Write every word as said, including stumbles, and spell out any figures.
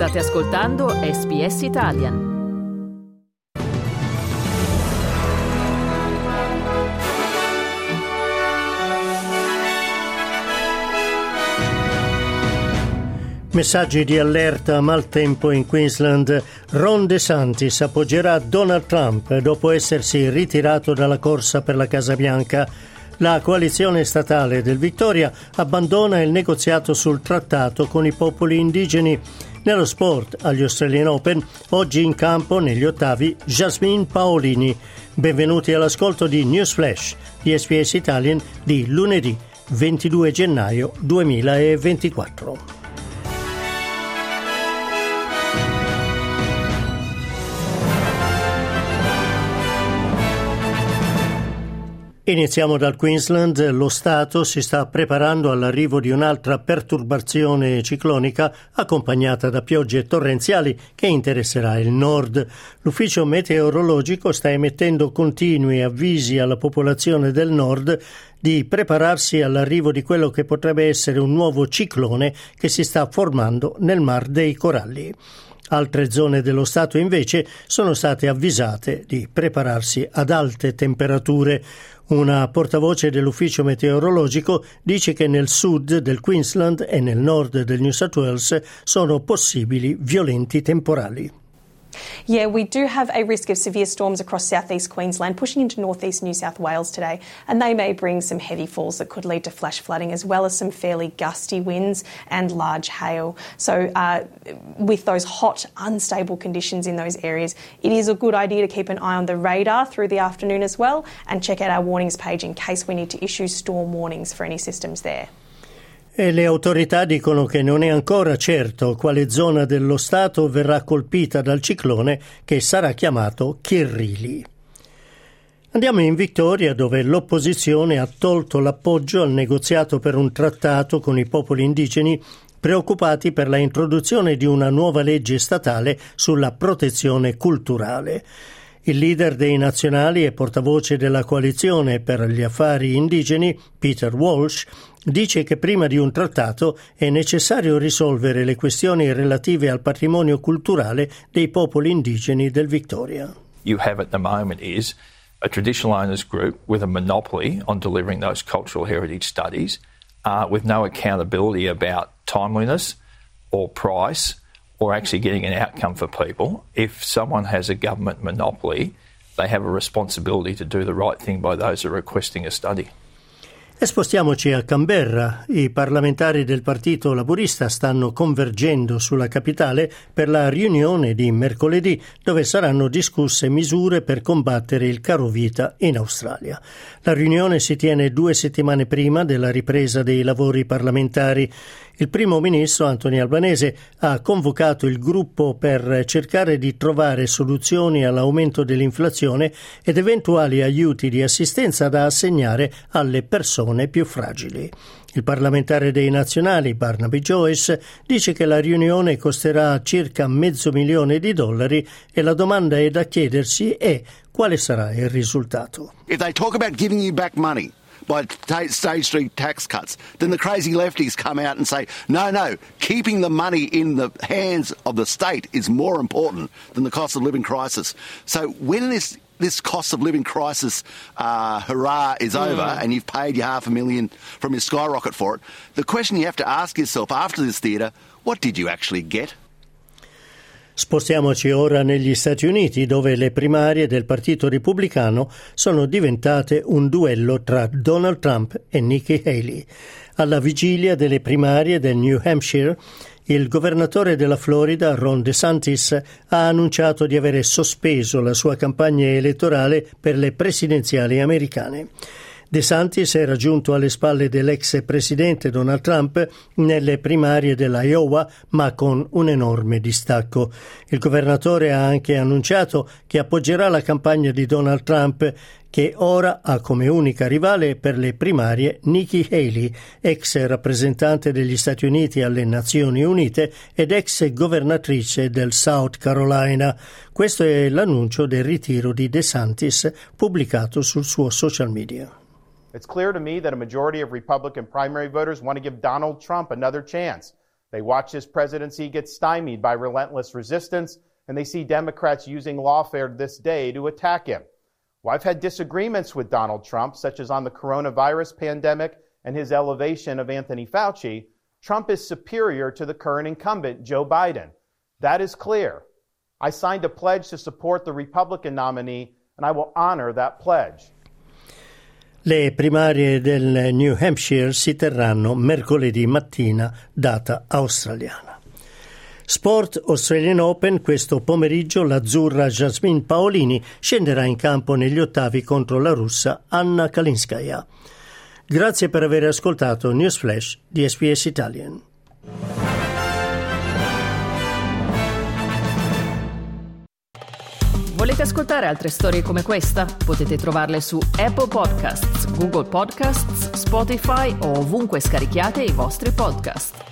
State ascoltando S B S Italian. Messaggi di allerta maltempo in Queensland. Ron DeSantis appoggerà Donald Trump dopo essersi ritirato dalla corsa per la Casa Bianca. La coalizione statale del Victoria abbandona il negoziato sul trattato con i popoli indigeni. Nello sport, agli Australian Open, oggi in campo negli ottavi Jasmine Paolini. Benvenuti all'ascolto di News Flash di S B S Italian di lunedì ventidue gennaio duemilaventiquattro. Iniziamo dal Queensland. Lo Stato si sta preparando all'arrivo di un'altra perturbazione ciclonica accompagnata da piogge torrenziali che interesserà il nord. L'ufficio meteorologico sta emettendo continui avvisi alla popolazione del nord di prepararsi all'arrivo di quello che potrebbe essere un nuovo ciclone che si sta formando nel Mar dei Coralli. Altre zone dello Stato invece sono state avvisate di prepararsi ad alte temperature. Una portavoce dell'ufficio meteorologico dice che nel sud del Queensland e nel nord del New South Wales sono possibili violenti temporali. Yeah, we do have a risk of severe storms across southeast Queensland, pushing into northeast New South Wales today, and they may bring some heavy falls that could lead to flash flooding, as well as some fairly gusty winds and large hail. So uh, with those hot, unstable conditions in those areas, it is a good idea to keep an eye on the radar through the afternoon as well, and check out our warnings page in case we need to issue storm warnings for any systems there. E le autorità dicono che non è ancora certo quale zona dello Stato verrà colpita dal ciclone che sarà chiamato Kirrily. Andiamo in Victoria, dove l'opposizione ha tolto l'appoggio al negoziato per un trattato con i popoli indigeni, preoccupati per la introduzione di una nuova legge statale sulla protezione culturale. Il leader dei nazionali e portavoce della coalizione per gli affari indigeni, Peter Walsh, dice che prima di un trattato è necessario risolvere le questioni relative al patrimonio culturale dei popoli indigeni del Victoria. You have at the moment is a traditional owners group with a monopoly on delivering those cultural heritage studies, uh, with no accountability about timeliness or price or actually getting an outcome for people. If someone has a government monopoly, they have a responsibility to do the right thing by those who are requesting a study. E spostiamoci a Canberra. I parlamentari del Partito Laburista stanno convergendo sulla capitale per la riunione di mercoledì, dove saranno discusse misure per combattere il carovita in Australia. La riunione si tiene due settimane prima della ripresa dei lavori parlamentari. Il primo ministro Anthony Albanese ha convocato il gruppo per cercare di trovare soluzioni all'aumento dell'inflazione ed eventuali aiuti di assistenza da assegnare alle persone più fragili. Il parlamentare dei nazionali, Barnaby Joyce, dice che la riunione costerà circa mezzo milione di dollari e la domanda è da chiedersi è quale sarà il risultato. If they talk about giving you back money by stage three tax cuts, then the crazy lefties come out and say, no, no, keeping the money in the hands of the state is more important than the cost of living crisis. So when this this cost of living crisis uh, hurrah is mm. over and you've paid your half a million from your skyrocket for it, the question you have to ask yourself after this theatre, what did you actually get? Spostiamoci ora negli Stati Uniti, dove le primarie del Partito Repubblicano sono diventate un duello tra Donald Trump e Nikki Haley. Alla vigilia delle primarie del New Hampshire, il governatore della Florida, Ron DeSantis, ha annunciato di avere sospeso la sua campagna elettorale per le presidenziali americane. DeSantis era giunto alle spalle dell'ex presidente Donald Trump nelle primarie dell'Iowa, ma con un enorme distacco. Il governatore ha anche annunciato che appoggerà la campagna di Donald Trump, che ora ha come unica rivale per le primarie Nikki Haley, ex rappresentante degli Stati Uniti alle Nazioni Unite ed ex governatrice del South Carolina. Questo è l'annuncio del ritiro di DeSantis pubblicato sul suo social media. It's clear to me that a majority of Republican primary voters want to give Donald Trump another chance. They watch his presidency get stymied by relentless resistance, and they see Democrats using lawfare this day to attack him. Well, I've had disagreements with Donald Trump, such as on the coronavirus pandemic and his elevation of Anthony Fauci. Trump is superior to the current incumbent, Joe Biden. That is clear. I signed a pledge to support the Republican nominee, and I will honor that pledge. Le primarie del New Hampshire si terranno mercoledì mattina, data australiana. Sport Australian Open, questo pomeriggio l'azzurra Jasmine Paolini scenderà in campo negli ottavi contro la russa Anna Kalinskaya. Grazie per aver ascoltato News Flash di S B S Italian. Volete ascoltare altre storie come questa? Potete trovarle su Apple Podcasts, Google Podcasts, Spotify o ovunque scarichiate i vostri podcast.